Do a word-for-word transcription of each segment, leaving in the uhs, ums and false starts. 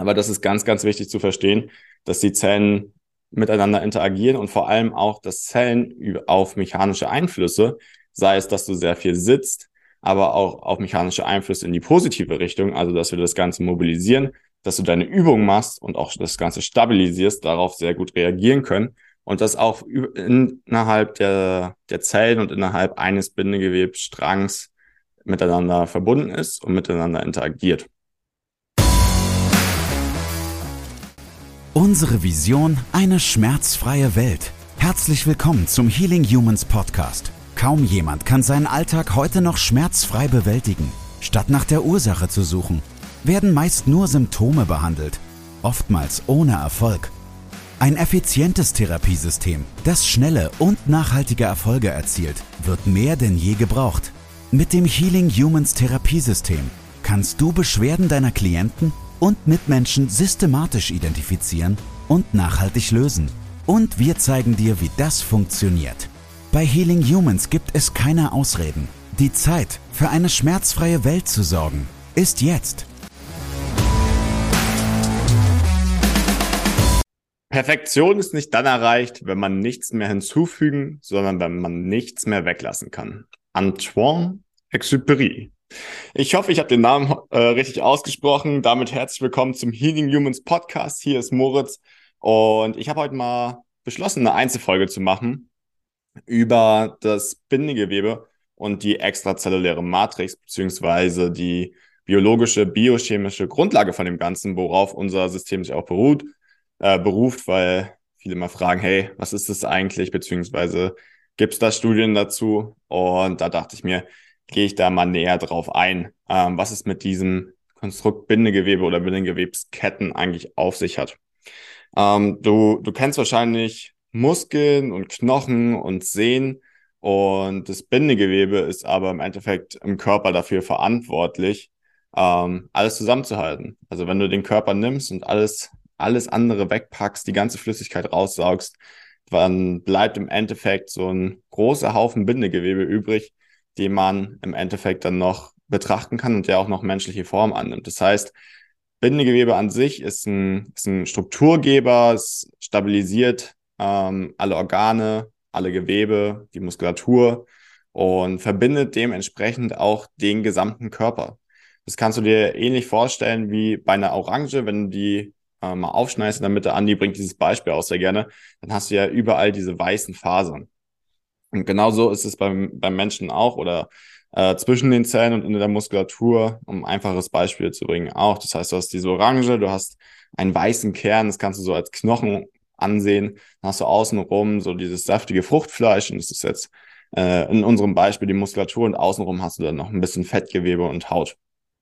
Aber das ist ganz, ganz wichtig zu verstehen, dass die Zellen miteinander interagieren und vor allem auch, dass Zellen auf mechanische Einflüsse, sei es, dass du sehr viel sitzt, aber auch auf mechanische Einflüsse in die positive Richtung, also dass wir das Ganze mobilisieren, dass du deine Übungen machst und auch das Ganze stabilisierst, darauf sehr gut reagieren können und das auch innerhalb der, der Zellen und innerhalb eines Bindegewebsstrangs miteinander verbunden ist und miteinander interagiert. Unsere Vision: eine schmerzfreie Welt. Herzlich willkommen zum Healing Humans Podcast. Kaum jemand kann seinen Alltag heute noch schmerzfrei bewältigen. Statt nach der Ursache zu suchen, werden meist nur Symptome behandelt, oftmals ohne Erfolg. Ein effizientes Therapiesystem, das schnelle und nachhaltige Erfolge erzielt, wird mehr denn je gebraucht. Mit dem Healing Humans Therapiesystem kannst du Beschwerden deiner Klienten und Mitmenschen systematisch identifizieren und nachhaltig lösen. Und wir zeigen dir, wie das funktioniert. Bei Healing Humans gibt es keine Ausreden. Die Zeit, für eine schmerzfreie Welt zu sorgen, ist jetzt. Perfektion ist nicht dann erreicht, wenn man nichts mehr hinzufügen, sondern wenn man nichts mehr weglassen kann. Antoine Exupéry. Ich hoffe, ich habe den Namen äh, richtig ausgesprochen. Damit herzlich willkommen zum Healing Humans Podcast. Hier ist Moritz und ich habe heute mal beschlossen, eine Einzelfolge zu machen über das Bindegewebe und die extrazelluläre Matrix beziehungsweise die biologische, biochemische Grundlage von dem Ganzen, worauf unser System sich auch beruht, äh, beruft, weil viele mal fragen, hey, was ist das eigentlich, beziehungsweise gibt es da Studien dazu? Und da dachte ich mir, gehe ich da mal näher drauf ein, ähm, was es mit diesem Konstrukt Bindegewebe oder Bindegewebsketten eigentlich auf sich hat. Ähm, du, du kennst wahrscheinlich Muskeln und Knochen und Sehnen und das Bindegewebe ist aber im Endeffekt im Körper dafür verantwortlich, ähm, alles zusammenzuhalten. Also wenn du den Körper nimmst und alles, alles andere wegpackst, die ganze Flüssigkeit raussaugst, dann bleibt im Endeffekt so ein großer Haufen Bindegewebe übrig, den man im Endeffekt dann noch betrachten kann und der auch noch menschliche Form annimmt. Das heißt, Bindegewebe an sich ist ein, ist ein Strukturgeber, es stabilisiert ähm, alle Organe, alle Gewebe, die Muskulatur und verbindet dementsprechend auch den gesamten Körper. Das kannst du dir ähnlich vorstellen wie bei einer Orange, wenn du die äh, mal aufschneidest in der Mitte. Andi bringt dieses Beispiel auch sehr gerne, dann hast du ja überall diese weißen Fasern. Und genauso ist es beim, beim Menschen auch oder äh, zwischen den Zellen und in der Muskulatur, um ein einfaches Beispiel zu bringen, auch. Das heißt, du hast diese Orange, du hast einen weißen Kern, das kannst du so als Knochen ansehen. Dann hast du außenrum so dieses saftige Fruchtfleisch und das ist jetzt äh, in unserem Beispiel die Muskulatur und außenrum hast du dann noch ein bisschen Fettgewebe und Haut.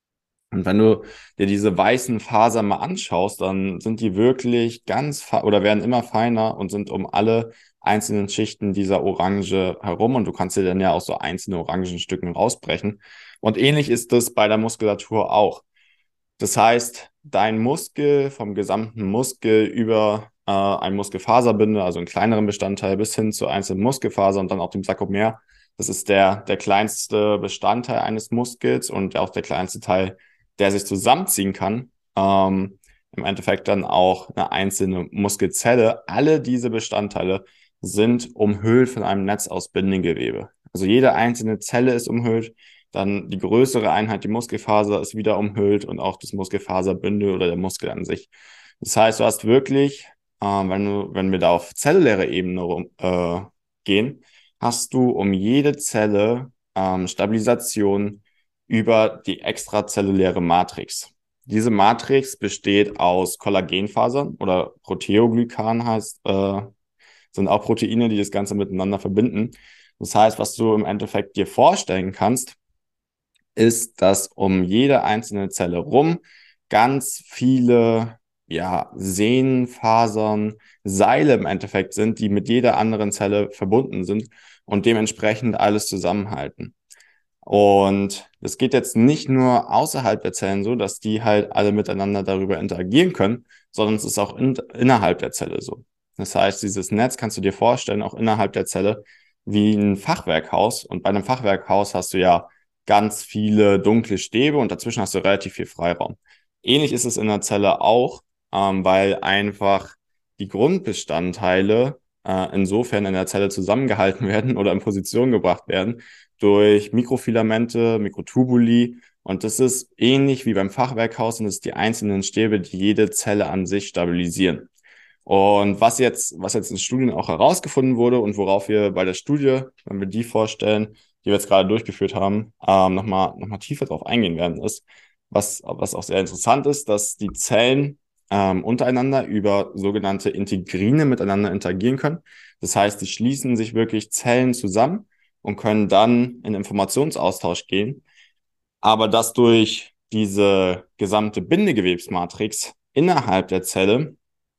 Und wenn du dir diese weißen Fasern mal anschaust, dann sind die wirklich ganz fe- oder werden immer feiner und sind um alle einzelnen Schichten dieser Orange herum und du kannst dir dann ja auch so einzelne Orangenstücken rausbrechen. Und ähnlich ist es bei der Muskulatur auch. Das heißt, dein Muskel vom gesamten Muskel über äh, ein Muskelfaserbündel, also einen kleineren Bestandteil, bis hin zu einzelnen Muskelfasern und dann auch dem Sarkomer. Das ist der, der kleinste Bestandteil eines Muskels und auch der kleinste Teil, der sich zusammenziehen kann. Ähm, im Endeffekt dann auch eine einzelne Muskelzelle. Alle diese Bestandteile sind umhüllt von einem Netz aus Bindegewebe. Also jede einzelne Zelle ist umhüllt, dann die größere Einheit, die Muskelfaser, ist wieder umhüllt und auch das Muskelfaserbündel oder der Muskel an sich. Das heißt, du hast wirklich, äh, wenn du, wenn wir da auf zelluläre Ebene rum, äh, gehen, hast du um jede Zelle ähm, Stabilisation über die extrazelluläre Matrix. Diese Matrix besteht aus Kollagenfasern oder Proteoglykan heißt, äh, sind auch Proteine, die das Ganze miteinander verbinden. Das heißt, was du im Endeffekt dir vorstellen kannst, ist, dass um jede einzelne Zelle rum ganz viele ja, Sehnenfasern, Seile im Endeffekt sind, die mit jeder anderen Zelle verbunden sind und dementsprechend alles zusammenhalten. Und das geht jetzt nicht nur außerhalb der Zellen so, dass die halt alle miteinander darüber interagieren können, sondern es ist auch in, innerhalb der Zelle so. Das heißt, dieses Netz kannst du dir vorstellen, auch innerhalb der Zelle wie ein Fachwerkhaus. Und bei einem Fachwerkhaus hast du ja ganz viele dunkle Stäbe und dazwischen hast du relativ viel Freiraum. Ähnlich ist es in der Zelle auch, ähm, weil einfach die Grundbestandteile äh, insofern in der Zelle zusammengehalten werden oder in Position gebracht werden durch Mikrofilamente, Mikrotubuli. Und das ist ähnlich wie beim Fachwerkhaus und das sind die einzelnen Stäbe, die jede Zelle an sich stabilisieren. Und was jetzt, was jetzt in Studien auch herausgefunden wurde und worauf wir bei der Studie, wenn wir die vorstellen, die wir jetzt gerade durchgeführt haben, ähm, nochmal noch mal tiefer drauf eingehen werden, ist, was, was auch sehr interessant ist, dass die Zellen ähm, untereinander über sogenannte Integrine miteinander interagieren können. Das heißt, die schließen sich wirklich Zellen zusammen und können dann in Informationsaustausch gehen. Aber dass durch diese gesamte Bindegewebsmatrix innerhalb der Zelle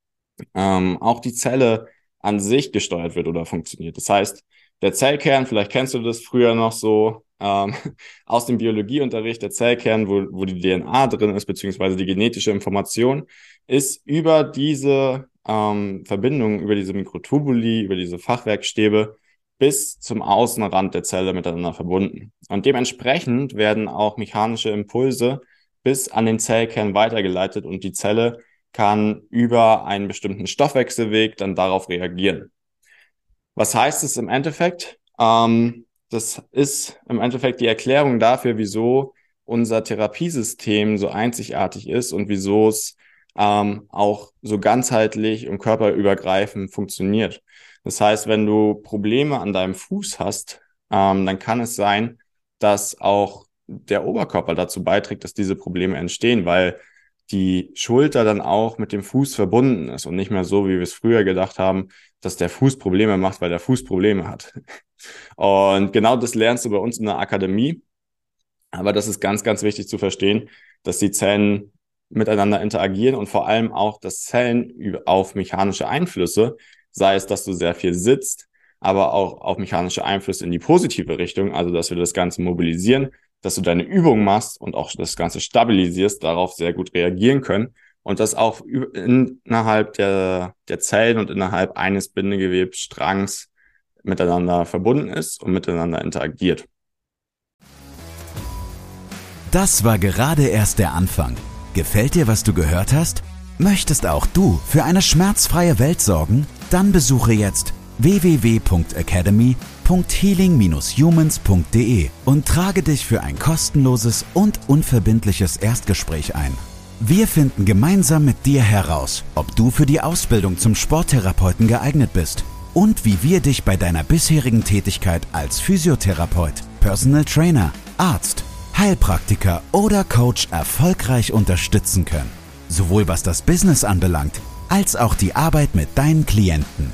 ähm, auch die Zelle an sich gesteuert wird oder funktioniert. Das heißt, der Zellkern, vielleicht kennst du das früher noch so ähm, aus dem Biologieunterricht, der Zellkern, wo, wo die D N A drin ist, beziehungsweise die genetische Information, ist über diese ähm, Verbindung, über diese Mikrotubuli, über diese Fachwerkstäbe bis zum Außenrand der Zelle miteinander verbunden. Und dementsprechend werden auch mechanische Impulse bis an den Zellkern weitergeleitet und die Zelle kann über einen bestimmten Stoffwechselweg dann darauf reagieren. Was heißt es im Endeffekt? Ähm, das ist im Endeffekt die Erklärung dafür, wieso unser Therapiesystem so einzigartig ist und wieso es ähm, auch so ganzheitlich und körperübergreifend funktioniert. Das heißt, wenn du Probleme an deinem Fuß hast, ähm, dann kann es sein, dass auch der Oberkörper dazu beiträgt, dass diese Probleme entstehen, weil die Schulter dann auch mit dem Fuß verbunden ist und nicht mehr so, wie wir es früher gedacht haben, dass der Fuß Probleme macht, weil der Fuß Probleme hat. Und genau das lernst du bei uns in der Akademie. Aber das ist ganz, ganz wichtig zu verstehen, dass die Zellen miteinander interagieren und vor allem auch, dass Zellen auf mechanische Einflüsse, sei es, dass du sehr viel sitzt, aber auch auf mechanische Einflüsse in die positive Richtung, also dass wir das Ganze mobilisieren, dass du deine Übungen machst und auch das Ganze stabilisierst, darauf sehr gut reagieren können und das auch innerhalb der, der Zellen und innerhalb eines Bindegewebsstrangs miteinander verbunden ist und miteinander interagiert. Das war gerade erst der Anfang. Gefällt dir, was du gehört hast? Möchtest auch du für eine schmerzfreie Welt sorgen? Dann besuche jetzt w w w punkt academy punkt healing Bindestrich humans punkt d e und trage dich für ein kostenloses und unverbindliches Erstgespräch ein. Wir finden gemeinsam mit dir heraus, ob du für die Ausbildung zum Sporttherapeuten geeignet bist und wie wir dich bei deiner bisherigen Tätigkeit als Physiotherapeut, Personal Trainer, Arzt, Heilpraktiker oder Coach erfolgreich unterstützen können. Sowohl was das Business anbelangt, als auch die Arbeit mit deinen Klienten.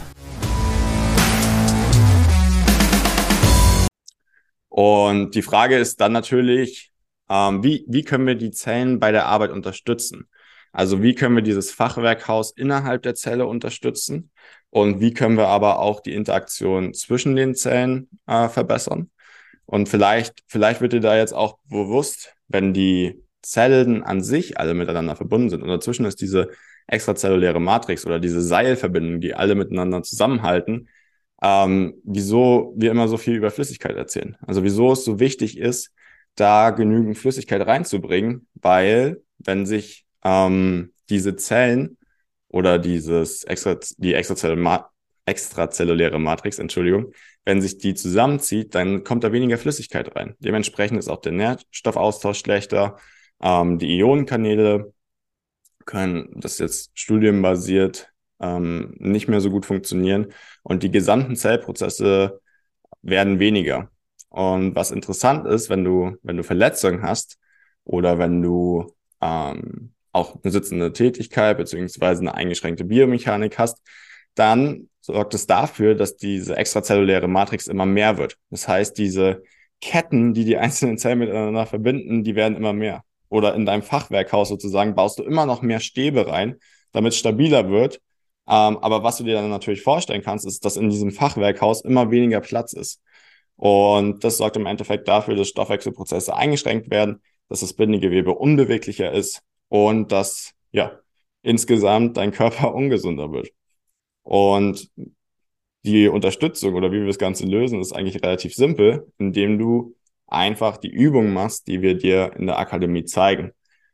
Und die Frage ist dann natürlich, ähm, wie, wie können wir die Zellen bei der Arbeit unterstützen? Also wie können wir dieses Fachwerkhaus innerhalb der Zelle unterstützen? Und wie können wir aber auch die Interaktion zwischen den Zellen äh, verbessern? Und vielleicht, vielleicht wird dir da jetzt auch bewusst, wenn die Zellen an sich alle miteinander verbunden sind und dazwischen ist diese extrazelluläre Matrix oder diese Seilverbindung, die alle miteinander zusammenhalten, ähm, wieso wir immer so viel über Flüssigkeit erzählen. Also wieso es so wichtig ist, da genügend Flüssigkeit reinzubringen, weil wenn sich ähm, diese Zellen oder dieses extra, die extrazelluläre, extrazelluläre Matrix, Entschuldigung, wenn sich die zusammenzieht, dann kommt da weniger Flüssigkeit rein. Dementsprechend ist auch der Nährstoffaustausch schlechter. Ähm, die Ionenkanäle können, das ist jetzt studienbasiert, ähm, nicht mehr so gut funktionieren und die gesamten Zellprozesse werden weniger. Und was interessant ist, wenn du, wenn du Verletzungen hast oder wenn du ähm, auch eine sitzende Tätigkeit beziehungsweise eine eingeschränkte Biomechanik hast, dann sorgt es dafür, dass diese extrazelluläre Matrix immer mehr wird. Das heißt, diese Ketten, die die einzelnen Zellen miteinander verbinden, die werden immer mehr. Oder in deinem Fachwerkhaus sozusagen baust du immer noch mehr Stäbe rein, damit es stabiler wird. Ähm, aber was du dir dann natürlich vorstellen kannst, ist, dass in diesem Fachwerkhaus immer weniger Platz ist. Und das sorgt im Endeffekt dafür, dass Stoffwechselprozesse eingeschränkt werden, dass das Bindegewebe unbeweglicher ist und dass ja insgesamt dein Körper ungesunder wird. Und die Unterstützung oder wie wir das Ganze lösen, ist eigentlich relativ simpel, indem du einfach die Übungen machst, die wir dir in der Akademie zeigen.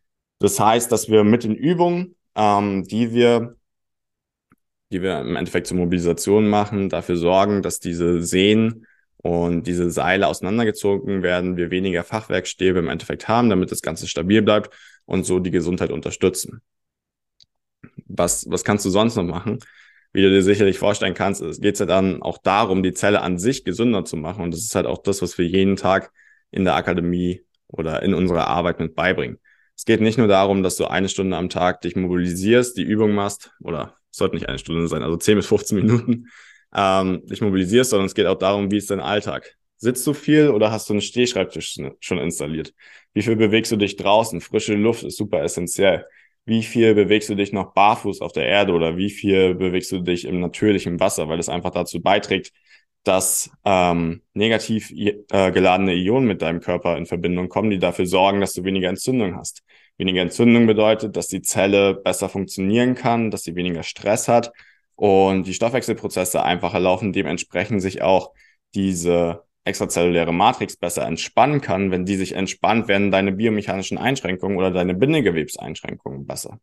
Das heißt, dass wir mit den Übungen, ähm, die wir, die wir im Endeffekt zur Mobilisation machen, dafür sorgen, dass diese Sehnen und diese Seile auseinandergezogen werden, wir weniger Fachwerkstäbe im Endeffekt haben, damit das Ganze stabil bleibt und so die Gesundheit unterstützen. Was, was kannst du sonst noch machen? Wie du dir sicherlich vorstellen kannst, es geht ja dann auch darum, die Zelle an sich gesünder zu machen. Und das ist halt auch das, was wir jeden Tag in der Akademie oder in unserer Arbeit mit beibringen. Es geht nicht nur darum, dass du eine Stunde am Tag dich mobilisierst, die Übung machst, oder es sollte nicht eine Stunde sein, also zehn bis fünfzehn Minuten, ähm, dich mobilisierst, sondern es geht auch darum, wie ist dein Alltag? Sitzt du viel oder hast du einen Stehschreibtisch schon installiert? Wie viel bewegst du dich draußen? Frische Luft ist super essentiell. Wie viel bewegst du dich noch barfuß auf der Erde oder wie viel bewegst du dich im natürlichen Wasser, weil es einfach dazu beiträgt, dass ähm, negativ äh, geladene Ionen mit deinem Körper in Verbindung kommen, die dafür sorgen, dass du weniger Entzündung hast. Weniger Entzündung bedeutet, dass die Zelle besser funktionieren kann, dass sie weniger Stress hat und die Stoffwechselprozesse einfacher laufen, dementsprechend sich auch diese extrazelluläre Matrix besser entspannen kann. Wenn die sich entspannt, werden deine biomechanischen Einschränkungen oder deine Bindegewebseinschränkungen besser.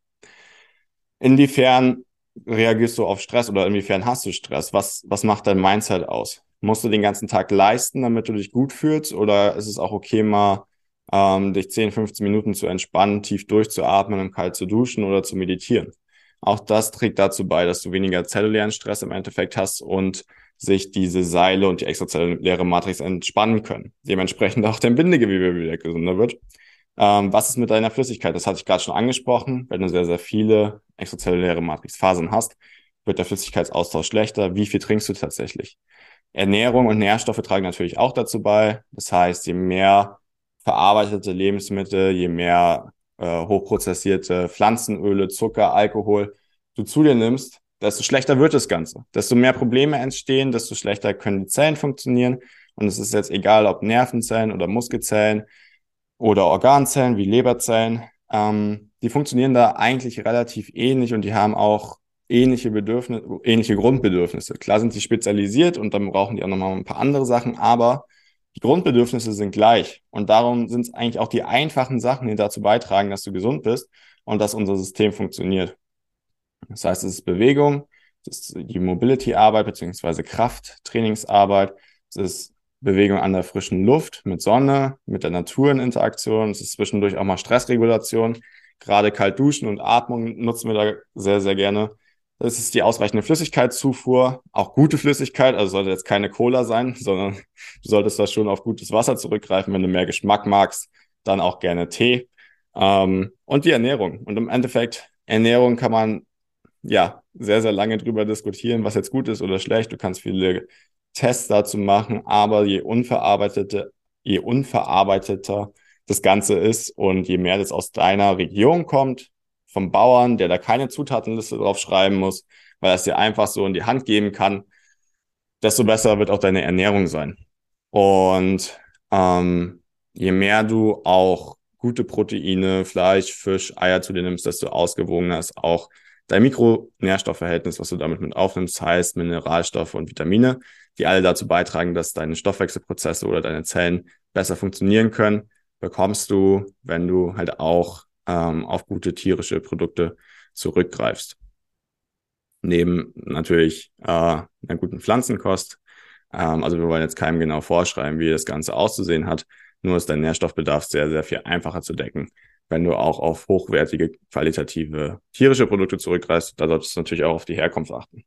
Inwiefern reagierst du auf Stress oder inwiefern hast du Stress? Was, was macht dein Mindset aus? Musst du den ganzen Tag leisten, damit du dich gut fühlst? Oder ist es auch okay, mal ähm, dich zehn, fünfzehn Minuten zu entspannen, tief durchzuatmen und kalt zu duschen oder zu meditieren? Auch das trägt dazu bei, dass du weniger zellulären Stress im Endeffekt hast und sich diese Seile und die extrazelluläre Matrix entspannen können. Dementsprechend auch dein Bindegewebe wieder gesünder wird. Ähm, was ist mit deiner Flüssigkeit? Das hatte ich gerade schon angesprochen. Wenn du sehr, sehr viele extrazelluläre Matrixphasen hast, wird der Flüssigkeitsaustausch schlechter. Wie viel trinkst du tatsächlich? Ernährung und Nährstoffe tragen natürlich auch dazu bei. Das heißt, je mehr verarbeitete Lebensmittel, je mehr äh, hochprozessierte Pflanzenöle, Zucker, Alkohol du zu dir nimmst, desto schlechter wird das Ganze. Desto mehr Probleme entstehen, desto schlechter können die Zellen funktionieren. Und es ist jetzt egal, ob Nervenzellen oder Muskelzellen oder Organzellen wie Leberzellen. Ähm, die funktionieren da eigentlich relativ ähnlich und die haben auch ähnliche Bedürfnisse, ähnliche Grundbedürfnisse. Klar sind die spezialisiert und dann brauchen die auch nochmal ein paar andere Sachen, aber die Grundbedürfnisse sind gleich. Und darum sind es eigentlich auch die einfachen Sachen, die dazu beitragen, dass du gesund bist und dass unser System funktioniert. Das heißt, es ist Bewegung, es ist die Mobility-Arbeit beziehungsweise Krafttrainingsarbeit, es ist Bewegung an der frischen Luft, mit Sonne, mit der Natur in Interaktion, es ist zwischendurch auch mal Stressregulation. Gerade kalt duschen und Atmung nutzen wir da sehr, sehr gerne. Das ist die ausreichende Flüssigkeitszufuhr, auch gute Flüssigkeit, also sollte jetzt keine Cola sein, sondern du solltest da schon auf gutes Wasser zurückgreifen. Wenn du mehr Geschmack magst, dann auch gerne Tee. Ähm, und die Ernährung. Und im Endeffekt, Ernährung kann man ja sehr, sehr lange drüber diskutieren, was jetzt gut ist oder schlecht. Du kannst viele Tests dazu machen, aber je unverarbeitete, je unverarbeiteter das Ganze ist und je mehr das aus deiner Region kommt, vom Bauern, der da keine Zutatenliste drauf schreiben muss, weil er es dir einfach so in die Hand geben kann, desto besser wird auch deine Ernährung sein. Und ähm, je mehr du auch gute Proteine, Fleisch, Fisch, Eier zu dir nimmst, desto ausgewogener ist auch dein Mikronährstoffverhältnis, was du damit mit aufnimmst, heißt Mineralstoffe und Vitamine, die alle dazu beitragen, dass deine Stoffwechselprozesse oder deine Zellen besser funktionieren können, bekommst du, wenn du halt auch ähm, auf gute tierische Produkte zurückgreifst. Neben natürlich äh, einer guten Pflanzenkost. Ähm, also wir wollen jetzt keinem genau vorschreiben, wie das Ganze auszusehen hat. Nur ist dein Nährstoffbedarf sehr, sehr viel einfacher zu decken, wenn du auch auf hochwertige, qualitative tierische Produkte zurückgreifst. Da solltest du natürlich auch auf die Herkunft achten.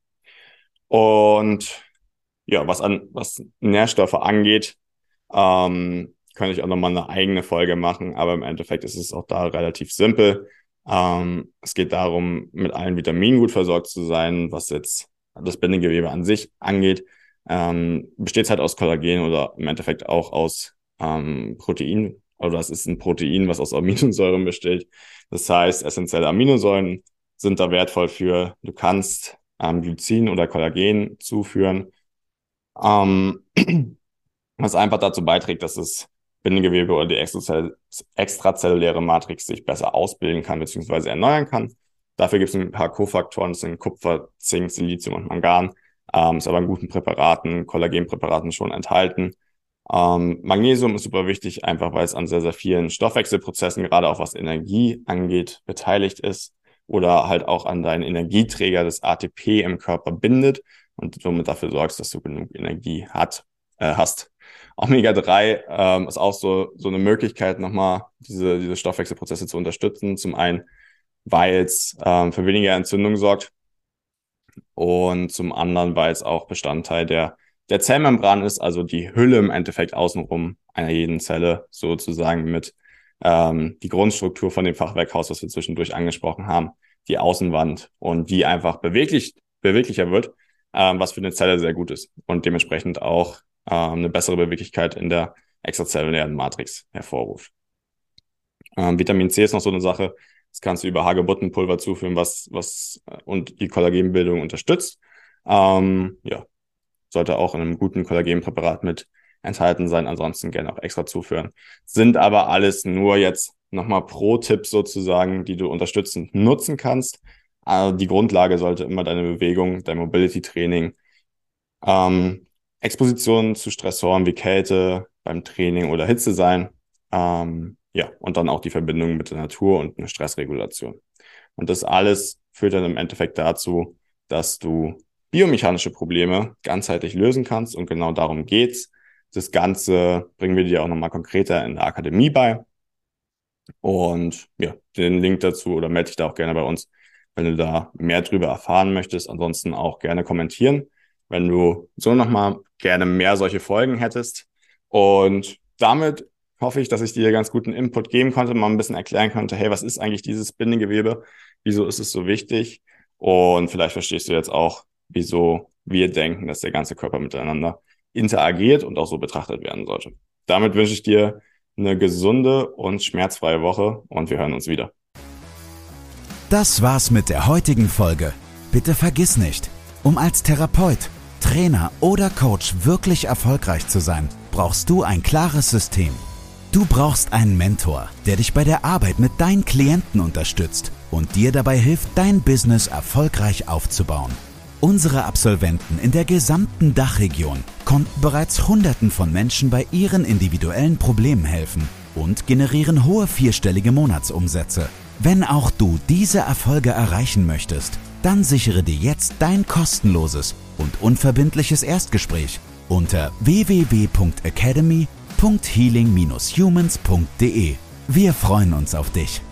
Und ja, was an was Nährstoffe angeht, ähm, könnte ich auch nochmal eine eigene Folge machen, aber im Endeffekt ist es auch da relativ simpel. Ähm, es geht darum, mit allen Vitaminen gut versorgt zu sein, was jetzt das Bindegewebe an sich angeht. Ähm, besteht es halt aus Kollagen oder im Endeffekt auch aus ähm, Protein. Oder es ist ein Protein, was aus Aminosäuren besteht. Das heißt, essentielle Aminosäuren sind da wertvoll für. Du kannst ähm, Glycin oder Kollagen zuführen, ähm, was einfach dazu beiträgt, dass das Bindegewebe oder die extrazell extrazelluläre Matrix sich besser ausbilden kann bzw. erneuern kann. Dafür gibt es ein paar Kofaktoren, das sind Kupfer, Zink, Silizium und Mangan. Ähm, ist aber in guten Präparaten, Kollagenpräparaten schon enthalten. Ähm, Magnesium ist super wichtig, einfach weil es an sehr, sehr vielen Stoffwechselprozessen, gerade auch was Energie angeht, beteiligt ist oder halt auch an deinen Energieträger, das A T P im Körper bindet und somit dafür sorgst, dass du genug Energie hat, äh, hast. Omega drei ähm, ist auch so, so eine Möglichkeit, nochmal diese, diese Stoffwechselprozesse zu unterstützen. Zum einen, weil es ähm, für weniger Entzündung sorgt und zum anderen, weil es auch Bestandteil der, der Zellmembran ist, also die Hülle im Endeffekt außenrum einer jeden Zelle, sozusagen mit ähm, die Grundstruktur von dem Fachwerkhaus, was wir zwischendurch angesprochen haben, die Außenwand und die einfach beweglich, beweglicher wird, ähm, was für eine Zelle sehr gut ist und dementsprechend auch ähm, eine bessere Beweglichkeit in der extrazellulären Matrix hervorruft. Ähm, Vitamin C ist noch so eine Sache, das kannst du über Hagebuttenpulver zuführen, was, was und die Kollagenbildung unterstützt. Ähm, ja, sollte auch in einem guten Kollagenpräparat mit enthalten sein, ansonsten gerne auch extra zuführen. Sind aber alles nur jetzt nochmal Pro-Tipps sozusagen, die du unterstützend nutzen kannst. Also die Grundlage sollte immer deine Bewegung, dein Mobility-Training, ähm, Exposition zu Stressoren wie Kälte beim Training oder Hitze sein. Ähm, ja, und dann auch die Verbindung mit der Natur und eine Stressregulation. Und das alles führt dann im Endeffekt dazu, dass du biomechanische Probleme ganzheitlich lösen kannst und genau darum geht's. Das Ganze bringen wir dir auch nochmal konkreter in der Akademie bei. Und ja, den Link dazu oder melde dich da auch gerne bei uns, wenn du da mehr drüber erfahren möchtest. Ansonsten auch gerne kommentieren, wenn du so nochmal gerne mehr solche Folgen hättest. Und damit hoffe ich, dass ich dir ganz guten Input geben konnte, mal ein bisschen erklären konnte, hey, was ist eigentlich dieses Bindegewebe? Wieso ist es so wichtig? Und vielleicht verstehst du jetzt auch, wieso wir denken, dass der ganze Körper miteinander interagiert und auch so betrachtet werden sollte. Damit wünsche ich dir eine gesunde und schmerzfreie Woche und wir hören uns wieder. Das war's mit der heutigen Folge. Bitte vergiss nicht, um als Therapeut, Trainer oder Coach wirklich erfolgreich zu sein, brauchst du ein klares System. Du brauchst einen Mentor, der dich bei der Arbeit mit deinen Klienten unterstützt und dir dabei hilft, dein Business erfolgreich aufzubauen. Unsere Absolventen in der gesamten Dachregion konnten bereits Hunderten von Menschen bei ihren individuellen Problemen helfen und generieren hohe vierstellige Monatsumsätze. Wenn auch du diese Erfolge erreichen möchtest, dann sichere dir jetzt dein kostenloses und unverbindliches Erstgespräch unter w w w punkt academy punkt healing dash humans punkt de. Wir freuen uns auf dich.